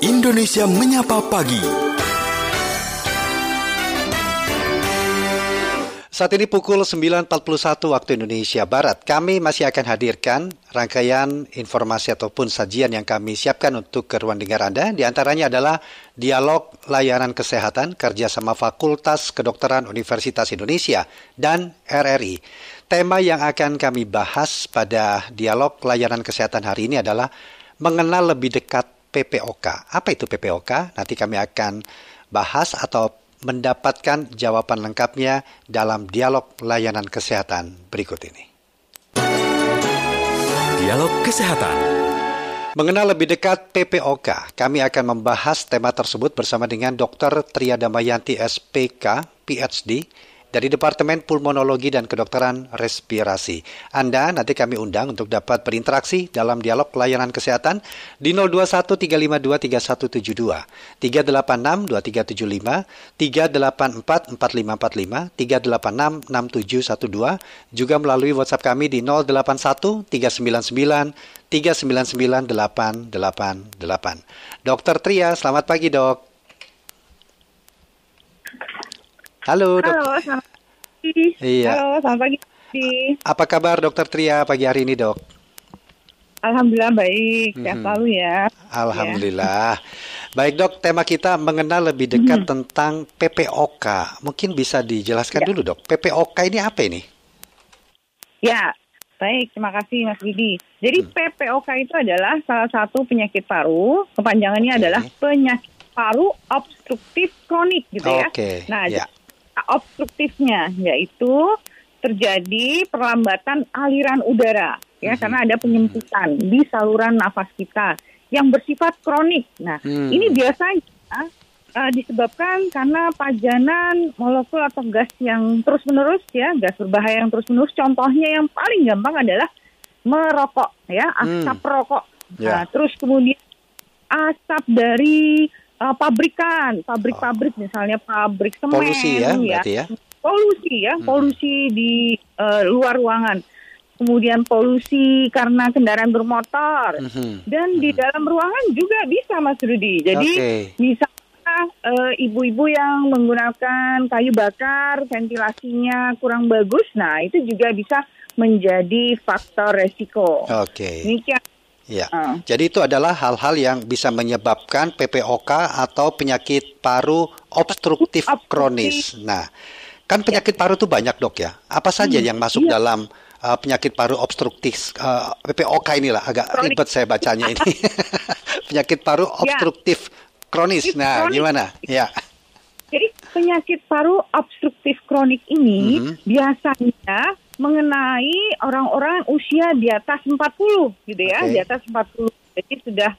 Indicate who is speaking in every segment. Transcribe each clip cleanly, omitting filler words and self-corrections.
Speaker 1: Indonesia Menyapa Pagi.
Speaker 2: Saat ini pukul 9.41 waktu Indonesia Barat. Kami masih akan hadirkan rangkaian informasi ataupun sajian yang kami siapkan untuk keruan dengar Anda. Di antaranya adalah dialog layanan kesehatan kerjasama Fakultas Kedokteran Universitas Indonesia dan RRI. Tema yang akan kami bahas pada dialog layanan kesehatan hari ini adalah mengenal lebih dekat PPOK. Apa itu PPOK? Nanti kami akan bahas atau mendapatkan jawaban lengkapnya dalam dialog layanan kesehatan berikut ini.
Speaker 1: Dialog Kesehatan.
Speaker 2: Mengenal lebih dekat PPOK, kami akan membahas tema tersebut bersama dengan Dr. Tria Damayanti SPK, PhD, dari Departemen Pulmonologi dan Kedokteran Respirasi. Anda nanti kami undang untuk dapat berinteraksi dalam dialog layanan kesehatan di 021-352-3172, 386-2375, 384-4545, 386-6712, juga melalui WhatsApp kami di 081-399-399-888. Dr. Tria, selamat pagi dok. Halo, Dok.
Speaker 3: Halo, selamat pagi.
Speaker 2: Iya.
Speaker 3: Halo, selamat pagi.
Speaker 2: Apa kabar Dokter Tria pagi hari ini, Dok?
Speaker 3: Alhamdulillah baik, sehat selalu ya.
Speaker 2: Alhamdulillah. Baik, Dok, tema kita mengenal lebih dekat tentang PPOK. Mungkin bisa dijelaskan dulu, Dok. PPOK ini apa ini?
Speaker 3: Ya, baik. Terima kasih, Mas Gidi. Jadi PPOK itu adalah salah satu penyakit paru. Kepanjangannya adalah penyakit paru obstruktif kronik, gitu ya. Nah, obstruktifnya yaitu terjadi perlambatan aliran udara ya karena ada penyempitan di saluran nafas kita yang bersifat kronik. Nah, ini biasanya disebabkan karena pajanan molekul atau gas yang terus-menerus ya, gas berbahaya yang terus-menerus. Contohnya yang paling gampang adalah merokok ya, asap rokok. Nah, terus kemudian asap dari pabrik misalnya pabrik semen,
Speaker 2: polusi ya, berarti ya.
Speaker 3: Polusi di luar ruangan. Kemudian polusi karena kendaraan bermotor. Dan di dalam ruangan juga bisa, Mas Rudi. Jadi misalnya ibu-ibu yang menggunakan kayu bakar, ventilasinya kurang bagus, nah itu juga bisa menjadi faktor resiko. Demikian.
Speaker 2: Ya, jadi itu adalah hal-hal yang bisa menyebabkan PPOK atau penyakit paru obstruktif kronis. Nah, kan penyakit paru itu banyak, Dok ya. Apa saja yang masuk dalam penyakit paru obstruktif PPOK inilah agak ribet saya bacanya ini. Penyakit paru obstruktif kronis. Nah, gimana? Ya.
Speaker 3: Jadi penyakit paru obstruktif kronik ini biasanya mengenai orang-orang usia di atas 40 gitu ya, di atas 40. Jadi sudah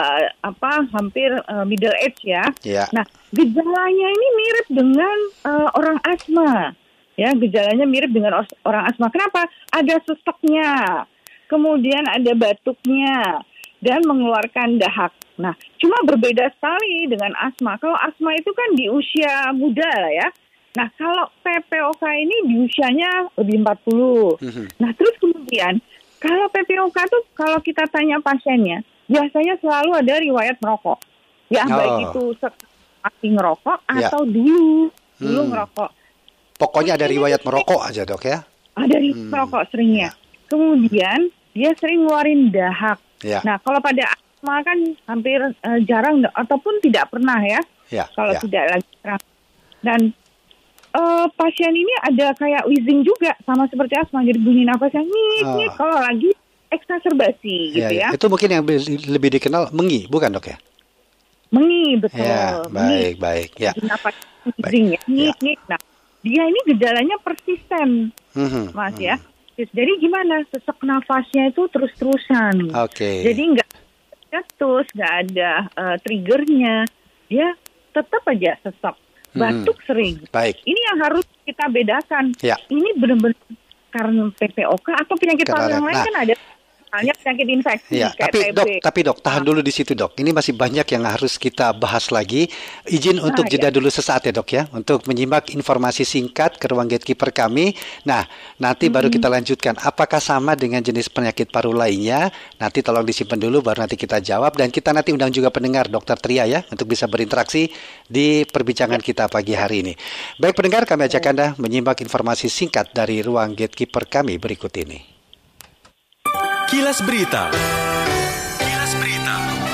Speaker 3: hampir middle age ya. Nah, gejalanya ini mirip dengan orang asma. Ya, gejalanya mirip dengan orang asma. Kenapa? Ada seseknya. Kemudian ada batuknya dan mengeluarkan dahak. Nah, cuma berbeda sekali dengan asma. Kalau asma itu kan di usia muda lah ya. Nah, kalau PPOK ini di usianya lebih 40. Nah, terus kemudian, kalau PPOK tuh kalau kita tanya pasiennya, biasanya selalu ada riwayat merokok. Ya, baik itu masih ngerokok atau dulu ngerokok.
Speaker 2: Pokoknya ada riwayat merokok aja, Dok ya?
Speaker 3: Ada riwayat merokok seringnya. Kemudian, dia sering ngeluarin dahak. Nah, kalau pada asma kan hampir jarang ataupun tidak pernah ya. Kalau tidak lagi terang. Dan pasien ini ada kayak wheezing juga sama seperti asma, jadi bunyi nafasnya ngik kalau lagi eksaserbasi gitu ya.
Speaker 2: Itu mungkin yang lebih dikenal mengi, bukan Dok ya?
Speaker 3: Mengi, betul.
Speaker 2: Ya, baik. Ya.
Speaker 3: Nafas wheezing ya, ngik. Nah, dia ini gejalanya persisten, Mas ya. Jadi gimana? Sesak nafasnya itu terus-terusan. Jadi nggak jatuh, nggak ada triggernya, dia tetap aja sesak. Batuk sering. Ini yang harus kita bedakan. Ini benar-benar karena PPOK atau penyakit paru yang lain kan ada misalnya penyakit infeksi
Speaker 2: Ya,
Speaker 3: kayak TB.
Speaker 2: tapi dok, tahan dulu di situ dok. Ini masih banyak yang harus kita bahas lagi. Izin untuk jeda dulu sesaat ya dok ya, untuk menyimak informasi singkat ke ruang gatekeeper kami. Nah, nanti baru kita lanjutkan. Apakah sama dengan jenis penyakit paru lainnya? Nanti tolong disimpan dulu, baru nanti kita jawab. Dan kita nanti undang juga pendengar Dokter Tria ya, untuk bisa berinteraksi di perbincangan kita pagi hari ini. Baik pendengar, kami ajak Anda menyimak informasi singkat dari ruang gatekeeper kami berikut ini.
Speaker 1: Kilas Berita. Kilas Berita.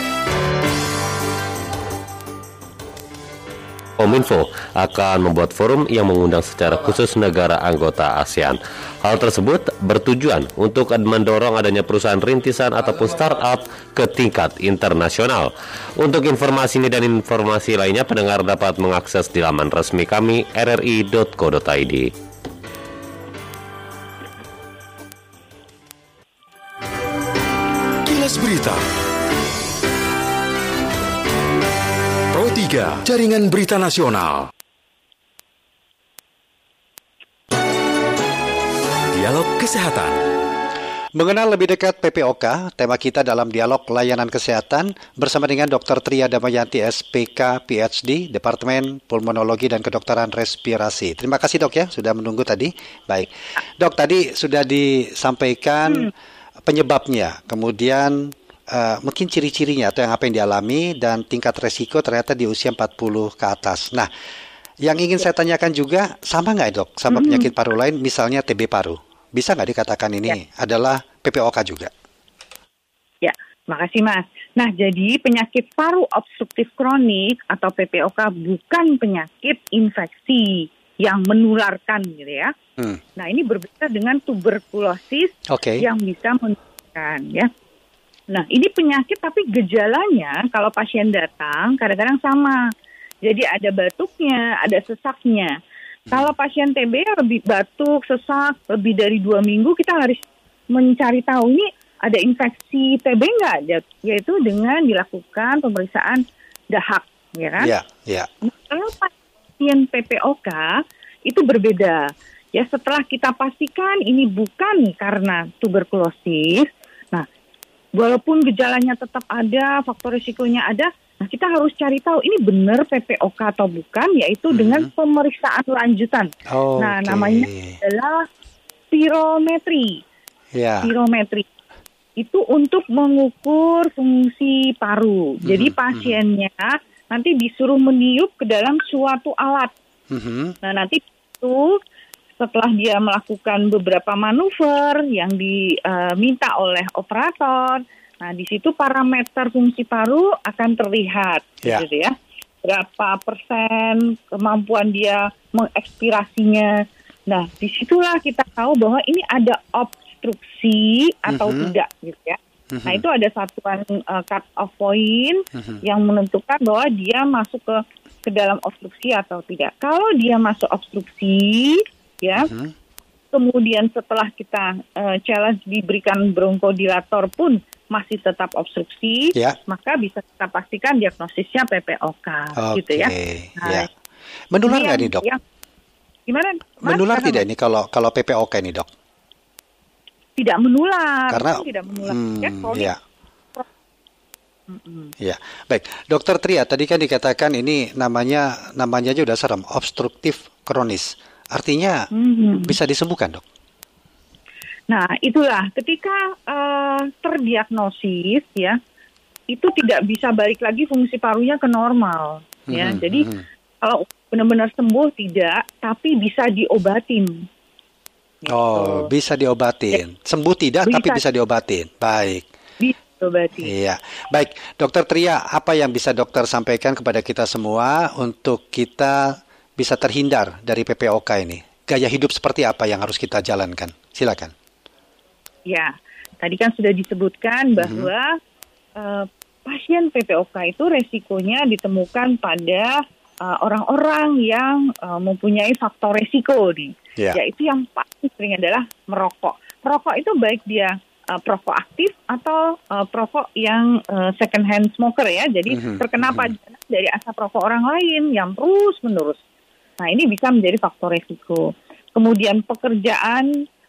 Speaker 4: Kominfo akan membuat forum yang mengundang secara khusus negara anggota ASEAN. Hal tersebut bertujuan untuk mendorong adanya perusahaan rintisan ataupun startup ke tingkat internasional. Untuk informasi ini dan informasi lainnya, pendengar dapat mengakses di laman resmi kami rri.co.id.
Speaker 1: Kilas Berita. Pro 3, Jaringan Berita Nasional. Dialog Kesehatan.
Speaker 2: Mengenal lebih dekat PPOK, tema kita dalam dialog layanan kesehatan bersama dengan Dr. Tria Damayanti SPK PhD, Departemen Pulmonologi dan Kedokteran Respirasi. Terima kasih dok ya, sudah menunggu tadi. Baik, dok tadi sudah disampaikan penyebabnya, kemudian mungkin ciri-cirinya atau apa yang dialami dan tingkat resiko ternyata di usia 40 ke atas. Nah, yang ingin saya tanyakan juga, sama nggak dok sama penyakit paru lain, misalnya TB paru? Bisa nggak dikatakan ini adalah PPOK juga?
Speaker 3: Ya, makasih Mas. Nah, jadi penyakit paru obstruktif kronik atau PPOK bukan penyakit infeksi yang menularkan gitu ya. Nah, ini berbeda dengan tuberkulosis yang bisa menularkan ya. Nah, ini penyakit tapi gejalanya kalau pasien datang kadang-kadang sama. Jadi ada batuknya, ada sesaknya. Kalau pasien TB lebih batuk, sesak, lebih dari 2 minggu, kita harus mencari tahu ini ada infeksi TB nggak? Yaitu dengan dilakukan pemeriksaan dahak, ya kan?
Speaker 2: Iya.
Speaker 3: Kalau pasien PPOK itu berbeda. Ya, setelah kita pastikan ini bukan karena tuberkulosis, nah, walaupun gejalanya tetap ada, faktor risikonya ada, nah kita harus cari tahu ini benar PPOK atau bukan, yaitu dengan pemeriksaan lanjutan. Nah, namanya adalah spirometri. Spirometri itu untuk mengukur fungsi paru. Jadi pasiennya nanti disuruh meniup ke dalam suatu alat. Nah, nanti itu setelah dia melakukan beberapa manuver yang diminta oleh operator, nah di situ parameter fungsi paru akan terlihat, gitu ya. Berapa persen kemampuan dia mengekspirasinya. Nah, disitulah kita tahu bahwa ini ada obstruksi atau tidak, gitu ya. Nah, itu ada satuan cut off point yang menentukan bahwa dia masuk ke dalam obstruksi atau tidak. Kalau dia masuk obstruksi, ya, kemudian setelah kita challenge diberikan bronkodilator pun masih tetap obstruksi, maka bisa kita pastikan diagnosisnya PPOK, gitu ya. Nah,
Speaker 2: menular nggak nih dok?
Speaker 3: Gimana?
Speaker 2: Menular tidak ini kalau PPOK ini dok?
Speaker 3: Tidak menular.
Speaker 2: Karena
Speaker 3: tidak menular.
Speaker 2: Ya, baik. Dokter Tria, tadi kan dikatakan ini namanya aja udah serem, obstruktif kronis. Artinya bisa disembuhkan, dok?
Speaker 3: Nah, itulah ketika terdiagnosis ya, itu tidak bisa balik lagi fungsi parunya ke normal. Ya, jadi kalau benar-benar sembuh tidak, tapi bisa diobatin. Gitu.
Speaker 2: Oh, bisa diobatin. Sembuh tidak, tapi bisa diobatin. Baik.
Speaker 3: Diobatin.
Speaker 2: Iya, baik. Dokter Tria, apa yang bisa dokter sampaikan kepada kita semua untuk kita bisa terhindar dari PPOK ini? Gaya hidup seperti apa yang harus kita jalankan? Silakan. Ya,
Speaker 3: tadi kan sudah disebutkan bahwa pasien PPOK itu resikonya ditemukan pada orang-orang yang mempunyai faktor resiko nih. Yaitu yang paling sering adalah merokok. Merokok itu baik dia perokok aktif atau perokok yang second hand smoker ya. Jadi terkena pajak dari asap rokok orang lain yang terus menerus. Nah, ini bisa menjadi faktor resiko. Kemudian pekerjaan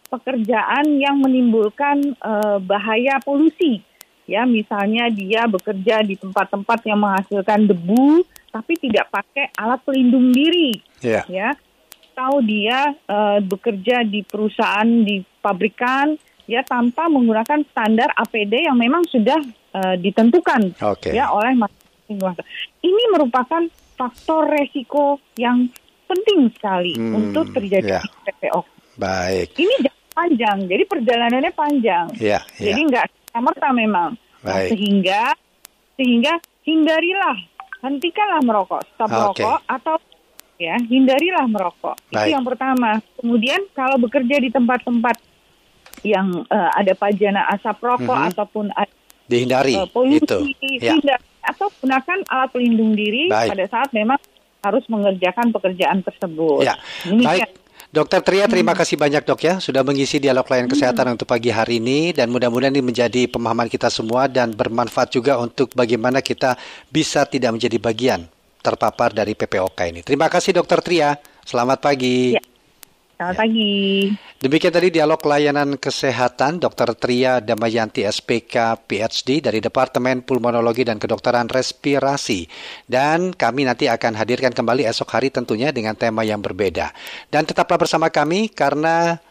Speaker 3: pekerjaan yang menimbulkan bahaya polusi. Ya, misalnya dia bekerja di tempat-tempat yang menghasilkan debu, tapi tidak pakai alat pelindung diri. Ya, atau dia bekerja di perusahaan, di pabrikan, ya tanpa menggunakan standar APD yang memang sudah ditentukan ya oleh masyarakat. Ini merupakan faktor resiko yang penting sekali untuk terjadi PPOK.
Speaker 2: Baik.
Speaker 3: Ini panjang, jadi perjalanannya panjang. Jadi nggak merta memang. Nah, sehingga hindarilah, hentikanlah merokok, stop merokok atau ya hindarilah merokok. Itu yang pertama. Kemudian kalau bekerja di tempat-tempat yang ada pajana asap rokok ataupun
Speaker 2: dihindari
Speaker 3: polusi, hindari, atau gunakan alat pelindung diri pada saat memang harus mengerjakan pekerjaan tersebut.
Speaker 2: Baik. Dokter Tria, terima kasih banyak dok ya sudah mengisi dialog layanan kesehatan untuk pagi hari ini, dan mudah-mudahan ini menjadi pemahaman kita semua dan bermanfaat juga untuk bagaimana kita bisa tidak menjadi bagian terpapar dari PPOK ini. Terima kasih Dokter Tria, selamat pagi.
Speaker 3: Selamat pagi.
Speaker 2: Demikian tadi dialog layanan kesehatan Dr. Tria Damayanti SPK PhD dari Departemen Pulmonologi dan Kedokteran Respirasi. Dan kami nanti akan hadirkan kembali esok hari tentunya dengan tema yang berbeda. Dan tetaplah bersama kami karena